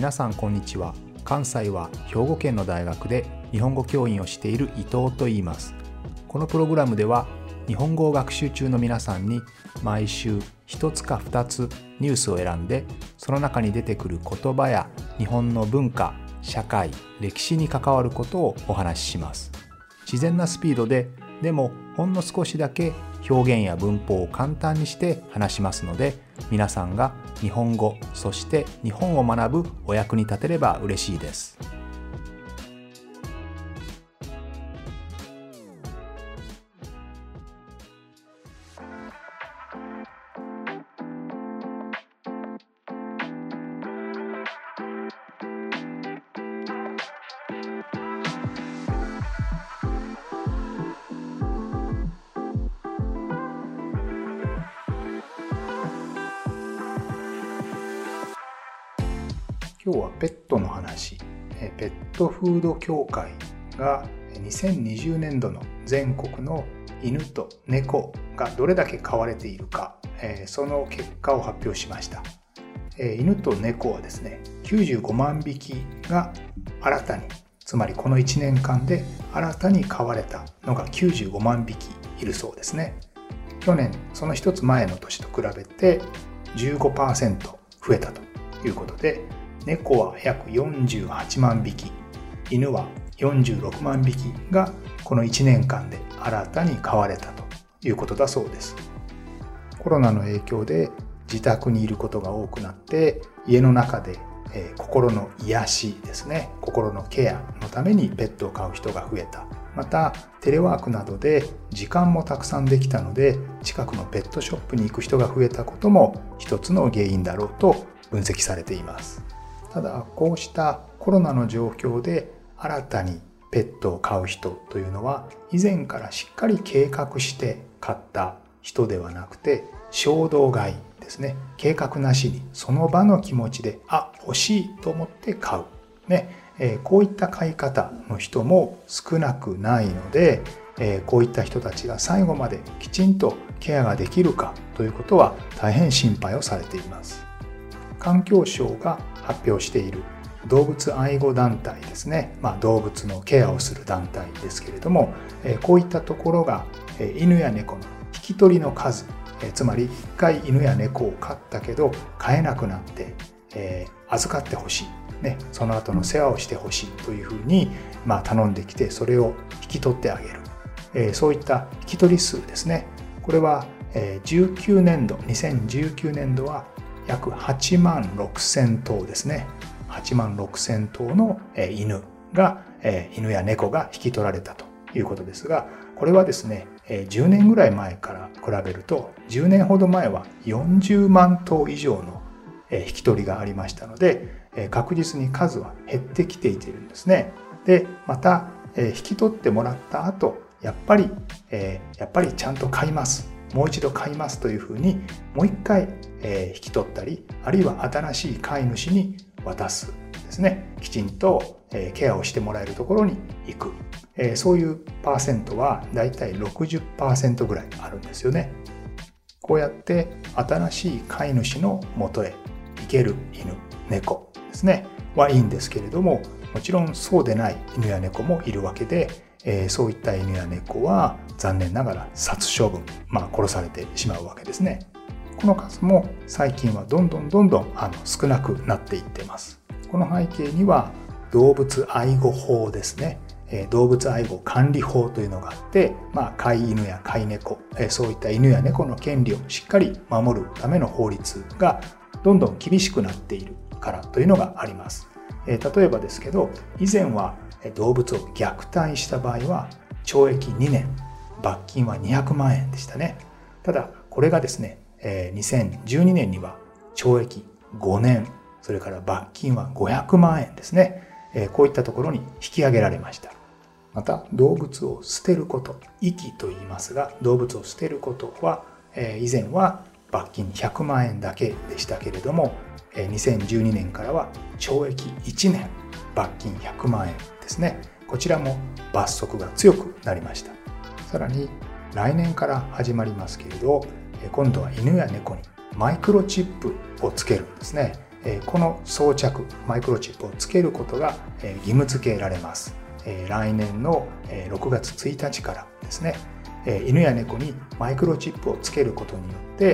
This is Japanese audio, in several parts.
皆さんこんにちは。関西は兵庫県の大学で日本語教員をしている伊藤と言います。このプログラムでは日本語を学習中の皆さんに毎週1つか2つニュースを選んで、その中に出てくる言葉や日本の文化、社会、歴史に関わることをお話しします。自然なスピードで、でもほんの少しだけ表現や文法を簡単にして話しますので、皆さんが日本語、そして日本を学ぶお役に立てれば嬉しいです。今日はペットの話。ペットフード協会が2020年度の全国の犬と猫がどれだけ飼われているか、その結果を発表しました。犬と猫はですね、95万匹が新たに、つまりこの1年間で新たに飼われたのが95万匹いるそうですね。去年、その一つ前の年と比べて 15% 増えたということで、猫は約48万匹、犬は46万匹がこの1年間で新たに飼われたということだそうです。コロナの影響で自宅にいることが多くなって、家の中で心の癒しですね、心のケアのためにペットを飼う人が増えた。またテレワークなどで時間もたくさんできたので、近くのペットショップに行く人が増えたことも一つの原因だろうと分析されています。ただ、こうしたコロナの状況で新たにペットを飼う人というのは、以前からしっかり計画して飼った人ではなくて、衝動買いですね。計画なしにその場の気持ちで、欲しいと思って買う。こういった買い方の人も少なくないので、こういった人たちが最後まできちんとケアができるかということは大変心配をされています。環境省が発表している動物愛護団体ですね、動物のケアをする団体ですけれども、こういったところが犬や猫の引き取りの数、つまり一回犬や猫を飼ったけど飼えなくなって、預かってほしい、その後の世話をしてほしいというふうに頼んできて、それを引き取ってあげる、そういった引き取り数ですね。これは2019年度は約8万6000頭ですね。8万6000頭の犬や猫が引き取られたということですが、これはですね、10年ぐらい前から比べると、10年ほど前は40万頭以上の引き取りがありましたので、確実に数は減ってきているんですね。で、また引き取ってもらった後、やっぱりちゃんと飼います。もう一度飼いますというふうにもう一回引き取ったり、あるいは新しい飼い主に渡すですね。きちんとケアをしてもらえるところに行く、そういうパーセントはだいたい 60% ぐらいあるんですよね。こうやって新しい飼い主の元へ行ける犬、猫ですねはいいんですけれども、もちろんそうでない犬や猫もいるわけで、そういった犬や猫は残念ながら殺処分、殺されてしまうわけですね。この数も最近はどんどん少なくなっていってます。この背景には動物愛護法ですね。動物愛護管理法というのがあって、飼い犬や飼い猫、そういった犬や猫の権利をしっかり守るための法律がどんどん厳しくなっているからというのがあります。例えばですけど、以前は動物を虐待した場合は懲役2年、罰金は200万円でしたね。ただこれがですね、2012年には懲役5年、それから罰金は500万円ですね。こういったところに引き上げられました。また動物を捨てること、遺棄と言いますが、動物を捨てることは以前は罰金100万円だけでしたけれども、2012年からは懲役1年、罰金100万円ですね。こちらも罰則が強くなりました。さらに来年から始まりますけれど、今度は犬や猫にマイクロチップをつけるんですね。 この装着、マイクロチップをつけることが義務付けられます。来年の6月1日からですね、犬や猫にマイクロチップをつけることによって、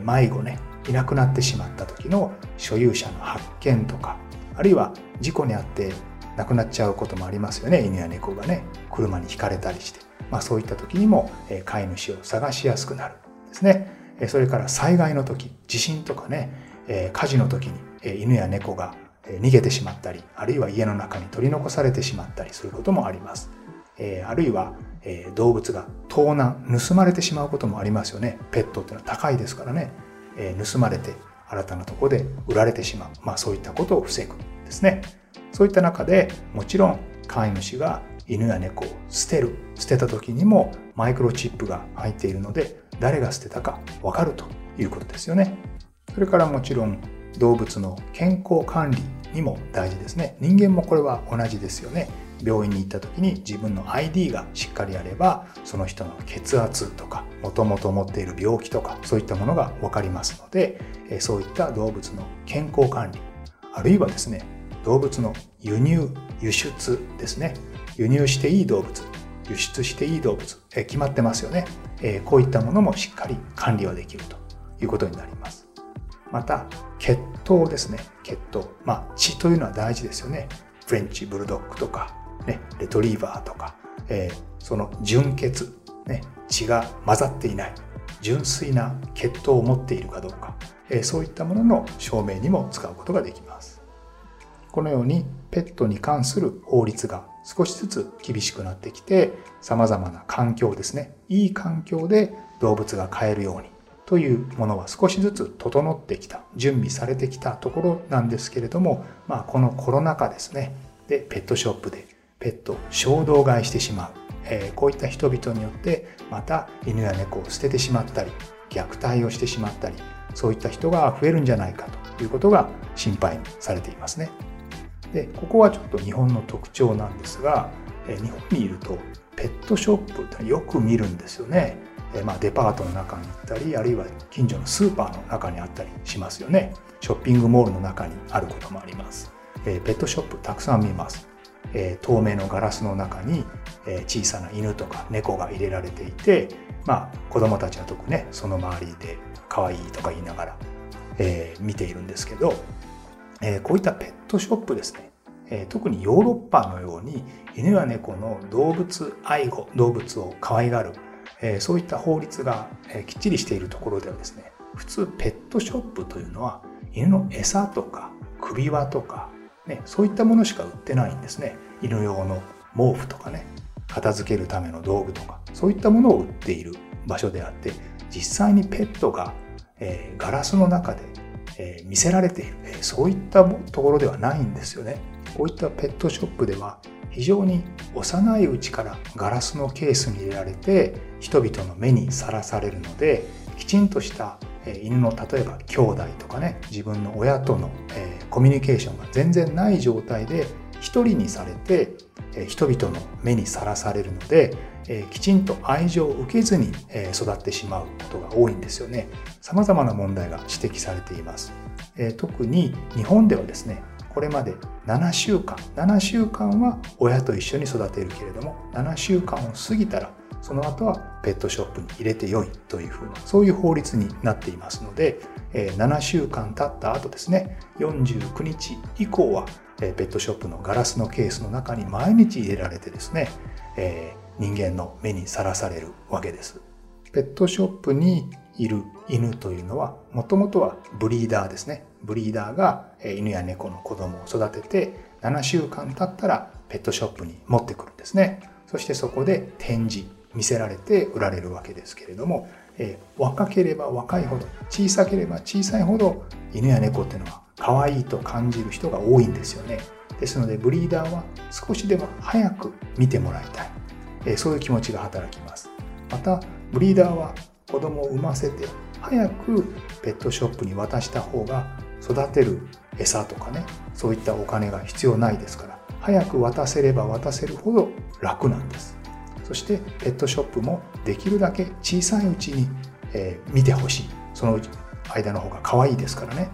迷子ね、いなくなってしまった時の所有者の発見とか、あるいは事故に遭って亡くなっちゃうこともありますよね。犬や猫がね、車にひかれたりして。そういった時にも飼い主を探しやすくなるんですね。それから災害の時、地震とかね、火事の時に犬や猫が逃げてしまったり、あるいは家の中に取り残されてしまったりすることもあります。あるいは動物が盗難、盗まれてしまうこともありますよね。ペットっていうのは高いですからね。盗まれて新たなところで売られてしまう。そういったことを防ぐんですね。そういった中でもちろん飼い主が犬や猫を捨てた時にもマイクロチップが入っているので、誰が捨てたか分かるということですよね。それからもちろん動物の健康管理にも大事ですね。人間もこれは同じですよね。病院に行った時に自分の ID がしっかりあれば、その人の血圧とかもともと持っている病気とかそういったものが分かりますので、そういった動物の健康管理、あるいはですね、動物の輸入輸出ですね。輸入していい動物、輸出していい動物、決まってますよね。こういったものもしっかり管理はできるということになります。また血統ですね。血統、血というのは大事ですよね。フレンチブルドッグとかね、レトリーバーとか、その純血、ね、血が混ざっていない純粋な血統を持っているかどうか、そういったものの証明にも使うことができます。このようにペットに関する法律が少しずつ厳しくなってきて、様々な環境ですね、いい環境で動物が飼えるようにというものは少しずつ整ってきた、準備されてきたところなんですけれども、このコロナ禍ですね、でペットショップでペットを衝動買いしてしまう、こういった人々によってまた犬や猫を捨ててしまったり、虐待をしてしまったり、そういった人が増えるんじゃないかということが心配されていますね。で、ここはちょっと日本の特徴なんですが、日本にいるとペットショップってよく見るんですよね。デパートの中に行ったり、あるいは近所のスーパーの中にあったりしますよね。ショッピングモールの中にあることもあります。ペットショップたくさん見ます。透明のガラスの中に小さな犬とか猫が入れられていて、子供たちは特にね、その周りで可愛いとか言いながら、見ているんですけど、こういったペットショップですね、特にヨーロッパのように犬や猫の動物愛護、動物を可愛がる、そういった法律がきっちりしているところではですね、普通ペットショップというのは犬の餌とか首輪とか、そういったものしか売ってないんですね。犬用の毛布とかね、片付けるための道具とか、そういったものを売っている場所であって、実際にペットがガラスの中で見せられている、そういったところではないんですよね。こういったペットショップでは非常に幼いうちからガラスのケースに入れられて人々の目にさらされるので、きちんとした犬の例えば兄弟とかね、自分の親とのコミュニケーションが全然ない状態で一人にされて人々の目にさらされるので、きちんと愛情を受けずに育ってしまうことが多いんですよね。様々な問題が指摘されています。特に日本ではですね、これまで7週間は親と一緒に育てるけれども、7週間を過ぎたらその後はペットショップに入れてよいというふうな、そういう法律になっていますので、7週間経った後ですね、49日以降はペットショップのガラスのケースの中に毎日入れられてですね、人間の目にさらされるわけです。ペットショップにいる犬というのはもともとはブリーダーですね。ブリーダーが犬や猫の子供を育てて7週間経ったらペットショップに持ってくるんですね。そしてそこで展示、見せられて売られるわけですけれども、若ければ若いほど、小さければ小さいほど犬や猫っていうのは可愛いと感じる人が多いんですよね。ですのでブリーダーは少しでも早く見てもらいたい、そういう気持ちが働きます。またブリーダーは子供を産ませて早くペットショップに渡した方が育てる餌とかね、そういったお金が必要ないですから、早く渡せれば渡せるほど楽なんです。そしてペットショップもできるだけ小さいうちに見てほしい。その間の方が可愛いですからね。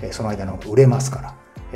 その間の方が売れますから、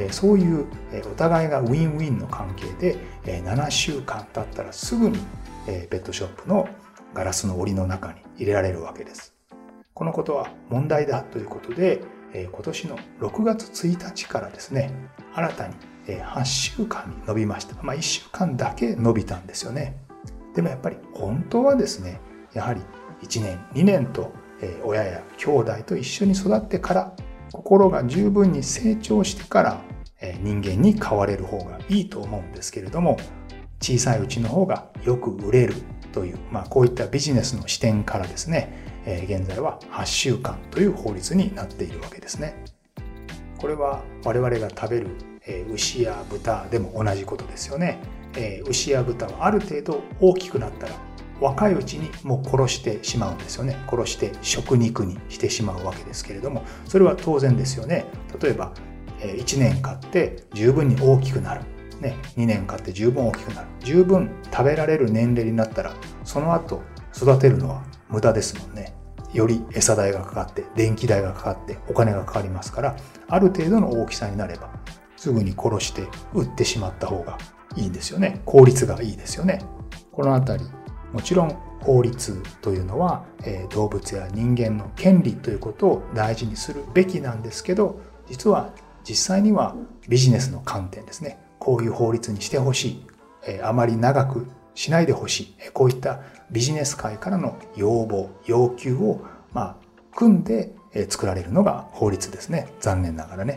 そういうお互いがウィンウィンの関係で7週間経ったらすぐにペットショップのガラスの檻の中に入れられるわけです。このことは問題だということで、今年の6月1日からですね、新たに8週間に伸びました。1週間だけ伸びたんですよね。でもやっぱり本当はですね、やはり1年、2年と親や兄弟と一緒に育ってから、心が十分に成長してから人間に変われる方がいいと思うんですけれども、小さいうちの方がよく売れるという、こういったビジネスの視点からですね、現在は8週間という法律になっているわけですね。これは我々が食べる牛や豚でも同じことですよね。牛や豚はある程度大きくなったら若いうちにもう殺してしまうんですよね。殺して食肉にしてしまうわけですけれども、それは当然ですよね。例えば1年飼って十分に大きくなる、2年飼って十分大きくなる、十分食べられる年齢になったら、その後育てるのは無駄ですもんね。より餌代がかかって電気代がかかってお金がかかりますから、ある程度の大きさになればすぐに殺して売ってしまった方がいいんですよね。効率がいいですよね。このあたり、もちろん法律というのは動物や人間の権利ということを大事にするべきなんですけど、実際にはビジネスの観点ですね、こういう法律にしてほしい、あまり長くしないでほしい、こういったビジネス界からの要望要求を組んで作られるのが法律ですね。残念ながらね。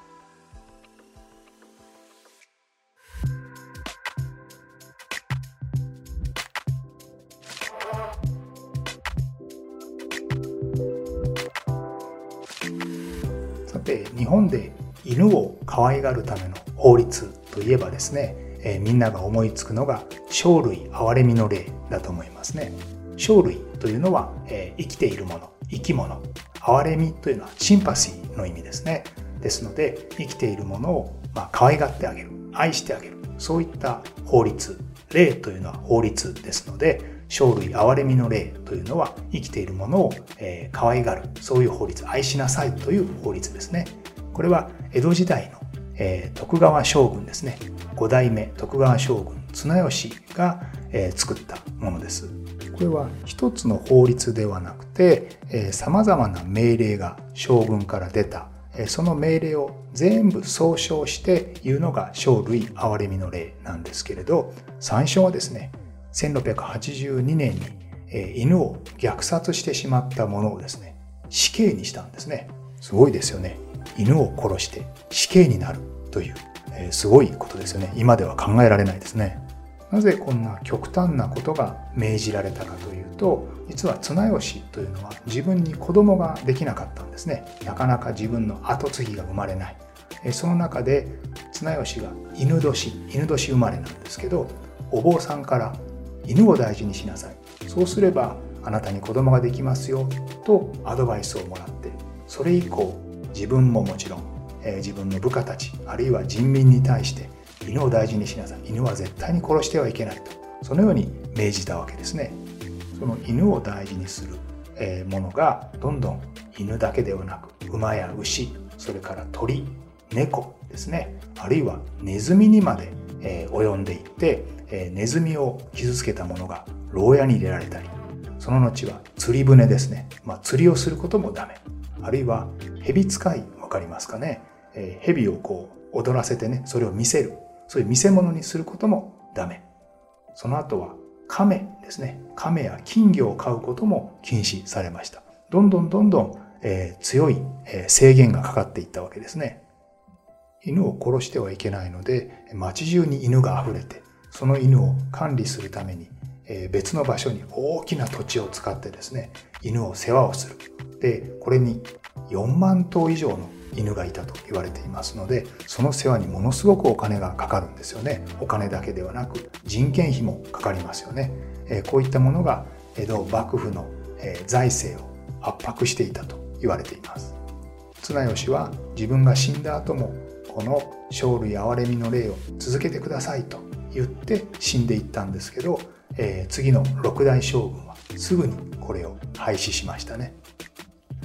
さて、日本で犬を可愛がるための法律といえばですね、みんなが思いつくのが生類憐れみの令だと思いますね。生類というのは、生きているもの、生き物。憐れみというのはシンパシーの意味ですね。ですので、生きているものを可愛がってあげる、愛してあげる、そういった法律。令というのは法律ですので、生類憐れみの令というのは生きているものを可愛がる、そういう法律、愛しなさいという法律ですね。これは江戸時代の徳川将軍ですね。5代目徳川将軍綱吉が作ったものです。これは一つの法律ではなくて、様々な命令が将軍から出た、その命令を全部総称して言うのが生類憐れみの令なんですけれど、最初はですね、1682年に犬を虐殺してしまったものをですね、死刑にしたんですね。すごいですよね。犬を殺して死刑になるという、すごいことですよね。今では考えられないですね。なぜこんな極端なことが命じられたかというと、実は綱吉というのは自分に子供ができなかったんですね。なかなか自分の跡継ぎが生まれない。その中で綱吉が犬年生まれなんですけど、お坊さんから犬を大事にしなさい。そうすればあなたに子供ができますよとアドバイスをもらって、それ以降自分ももちろん自分の部下たち、あるいは人民に対して犬を大事にしなさい。犬は絶対に殺してはいけないと、そのように命じたわけですね。その犬を大事にするものがどんどん犬だけではなく、馬や牛、それから鳥、猫ですね、あるいはネズミにまで及んでいって、ネズミを傷つけたものが牢屋に入れられたり、その後は釣り船ですね、釣りをすることもダメ、あるいは蛇使い、わかりますかね、蛇を踊らせてね、それを見せる、そういう見せ物にすることもダメ。その後は亀ですね、亀や金魚を飼うことも禁止されました。どんどん、強い制限がかかっていったわけですね。犬を殺してはいけないので、街中に犬があふれて、その犬を管理するために別の場所に大きな土地を使ってですね、犬を世話をする。で、これに4万頭以上の犬がいたと言われていますので、その世話にものすごくお金がかかるんですよね。お金だけではなく人件費もかかりますよね。こういったものが江戸幕府の財政を圧迫していたと言われています。綱吉は自分が死んだ後もこの生類憐れみの令を続けてくださいと言って死んでいったんですけど、次の6代将軍はすぐにこれを廃止しましたね。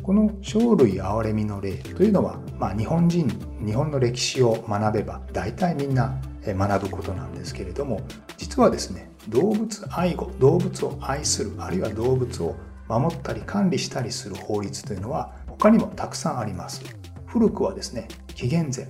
この生類憐れみの例というのは、日本の歴史を学べば大体みんな学ぶことなんですけれども、実はですね、動物愛護、動物を愛する、あるいは動物を守ったり管理したりする法律というのは他にもたくさんあります。古くはですね、紀元前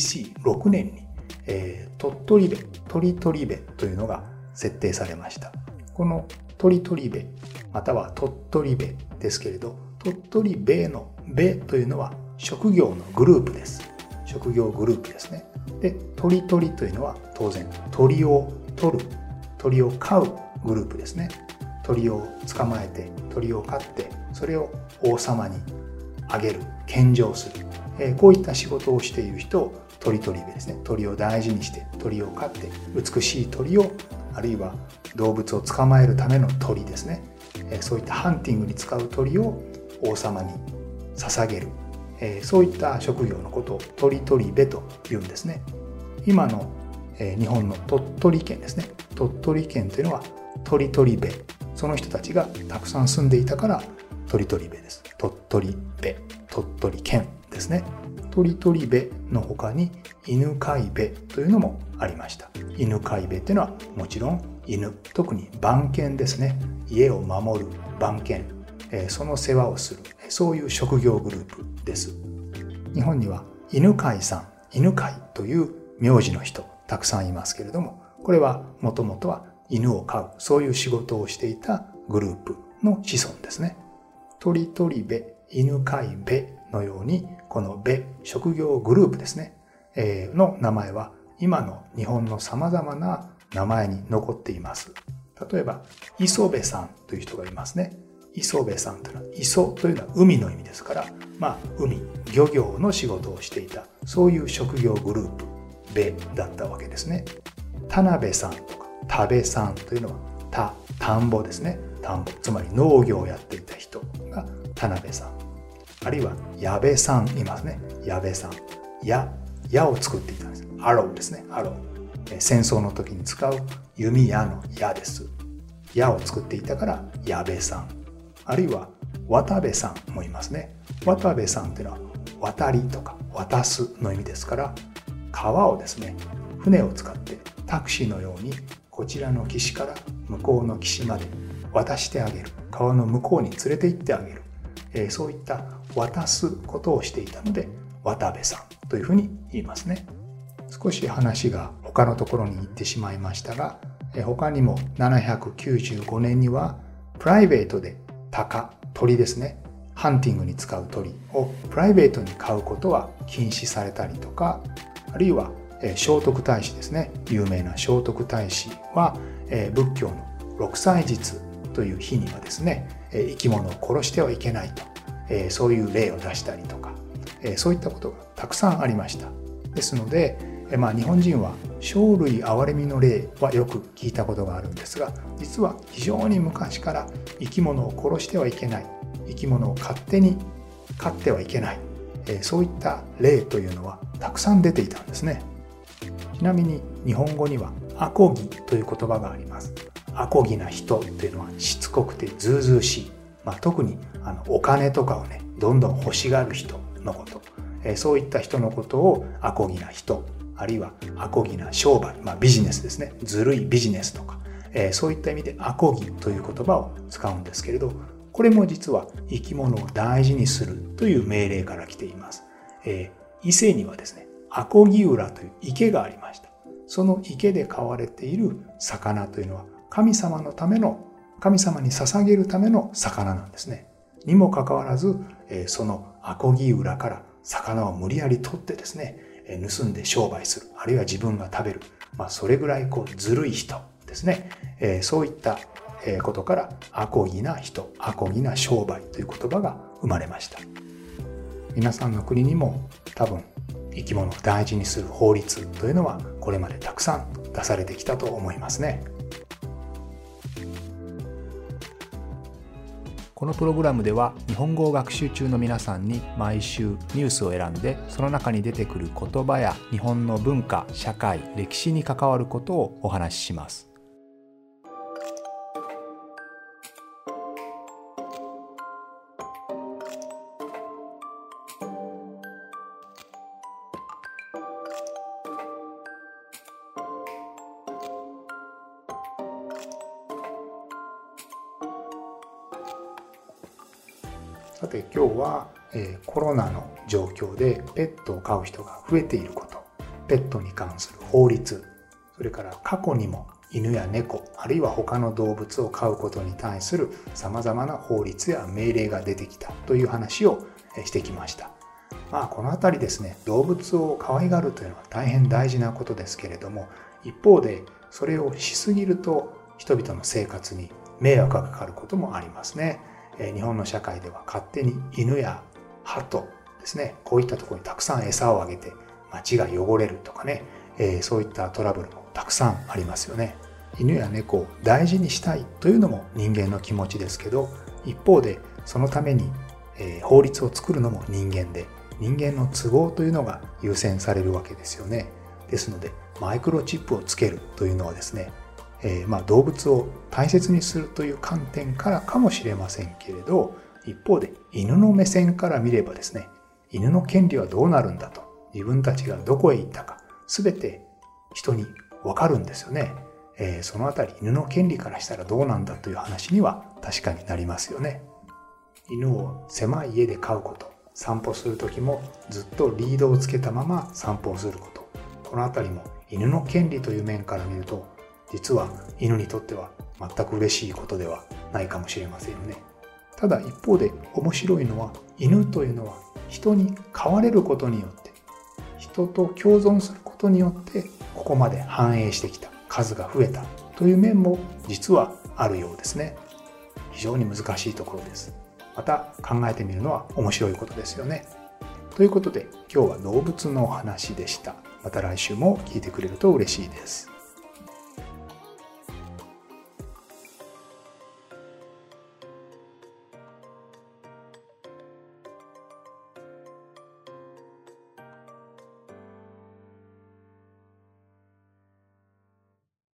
BC6 年に、鳥取部というのが設定されました。この鳥取部または鳥取部ですけれど、鳥取部の部というのは職業のグループです。職業グループですね。で、鳥取というのは当然鳥を取る、鳥を飼うグループですね。鳥を捕まえて、鳥を飼って、それを王様にあげる、献上する、こういった仕事をしている人を鳥取部ですね。鳥を大事にして鳥を飼って、美しい鳥を、あるいは動物を捕まえるための鳥ですね、そういったハンティングに使う鳥を王様に捧げる、そういった職業のことを鳥取部というんですね。今の、日本の鳥取県ですね。鳥取県というのは鳥取部、その人たちがたくさん住んでいたから鳥取部です。鳥取部、鳥取県ですね。鳥取部の他に犬飼部というのもありました。犬飼部というのはもちろん犬、特に番犬ですね。家を守る番犬、その世話をする、そういう職業グループです。日本には犬飼さん、犬飼という名字の人たくさんいますけれども、これはもともとは犬を飼う、そういう仕事をしていたグループの子孫ですね。鳥取部、犬飼部のように、この部、職業グループですね、の名前は今の日本の様々な名前に残っています。例えば、磯部さんという人がいますね。磯部さんというのは、磯というのは海の意味ですから、海、漁業の仕事をしていた、そういう職業グループ、部だったわけですね。田辺さんとか、田部さんというのは、田んぼですね。田んぼ、つまり農業をやっていた人が田辺さん。あるいは矢部さんいますね。矢部さん。矢を作っていたんです。アローですね。アロー。戦争の時に使う弓矢の矢です。矢を作っていたから矢部さん。あるいは渡部さんもいますね。渡部さんというのは渡りとか渡すの意味ですから、川をですね、船を使ってタクシーのようにこちらの岸から向こうの岸まで渡してあげる。川の向こうに連れて行ってあげる。そういった渡すことをしていたので渡部さんというふうに言いますね。少し話が他のところに行ってしまいましたが、他にも795年にはプライベートで鳥ですね、ハンティングに使う鳥をプライベートに飼うことは禁止されたりとか、あるいは聖徳太子ですね、有名な聖徳太子は仏教の六歳日という日にはですね、生き物を殺してはいけないと、そういう例を出したりとか、そういったことがたくさんありました。ですので、日本人は生類憐れみの例はよく聞いたことがあるんですが、実は非常に昔から生き物を殺してはいけない、生き物を勝手に飼ってはいけない、そういった例というのはたくさん出ていたんですね。ちなみに日本語にはアコギという言葉があります。アコギな人というのはしつこくてずうずうしい、特にお金とかをね、どんどん欲しがる人のこと、そういった人のことをアコギな人、あるいはアコギな商売、ビジネスですね、ずるいビジネスとか、そういった意味でアコギという言葉を使うんですけれど、これも実は生き物を大事にするという命令から来ています。伊勢にはですね、アコギ浦という池がありました。その池で飼われている魚というのは神様に捧げるための魚なんですね。にもかかわらず、そのアコギ浦から魚を無理やり取ってですね、盗んで商売する、あるいは自分が食べる、それぐらいずるい人ですね、そういったことからアコギな人、アコギな商売という言葉が生まれました。皆さんの国にも多分生き物を大事にする法律というのはこれまでたくさん出されてきたと思いますね。 このプログラムでは日本語を学習中の皆さんに毎週ニュースを選んで、その中に出てくる言葉や日本の文化、社会、歴史に関わることをお話しします。 さて今日は、コロナの状況でペットを飼う人が増えていること、ペットに関する法律、それから過去にも犬や猫、あるいは他の動物を飼うことに対する様々な法律や命令が出てきたという話をしてきました。このあたりですね、動物を可愛がるというのは大変大事なことですけれども、一方でそれをしすぎると人々の生活に迷惑がかかることもありますね。日本の社会では勝手に犬や鳩ですね、こういったところにたくさん餌をあげて街が汚れるとかね、そういったトラブルもたくさんありますよね。犬や猫を大事にしたいというのも人間の気持ちですけど、一方でそのために法律を作るのも人間で、人間の都合というのが優先されるわけですよね。ですのでマイクロチップをつけるというのはですね、動物を大切にするという観点からかもしれませんけれど、一方で犬の目線から見ればですね、犬の権利はどうなるんだと、自分たちがどこへ行ったか全て人に分かるんですよね。そのあたり犬の権利からしたらどうなんだという話には確かになりますよね。犬を狭い家で飼うこと、散歩する時もずっとリードをつけたまま散歩をすること、このあたりも犬の権利という面から見ると実は犬にとっては全く嬉しいことではないかもしれませんよね。ただ一方で面白いのは、犬というのは人に飼われることによって、人と共存することによってここまで繁栄してきた、数が増えたという面も実はあるようですね。非常に難しいところです。また考えてみるのは面白いことですよね。ということで今日は動物のお話でした。また来週も聞いてくれると嬉しいです。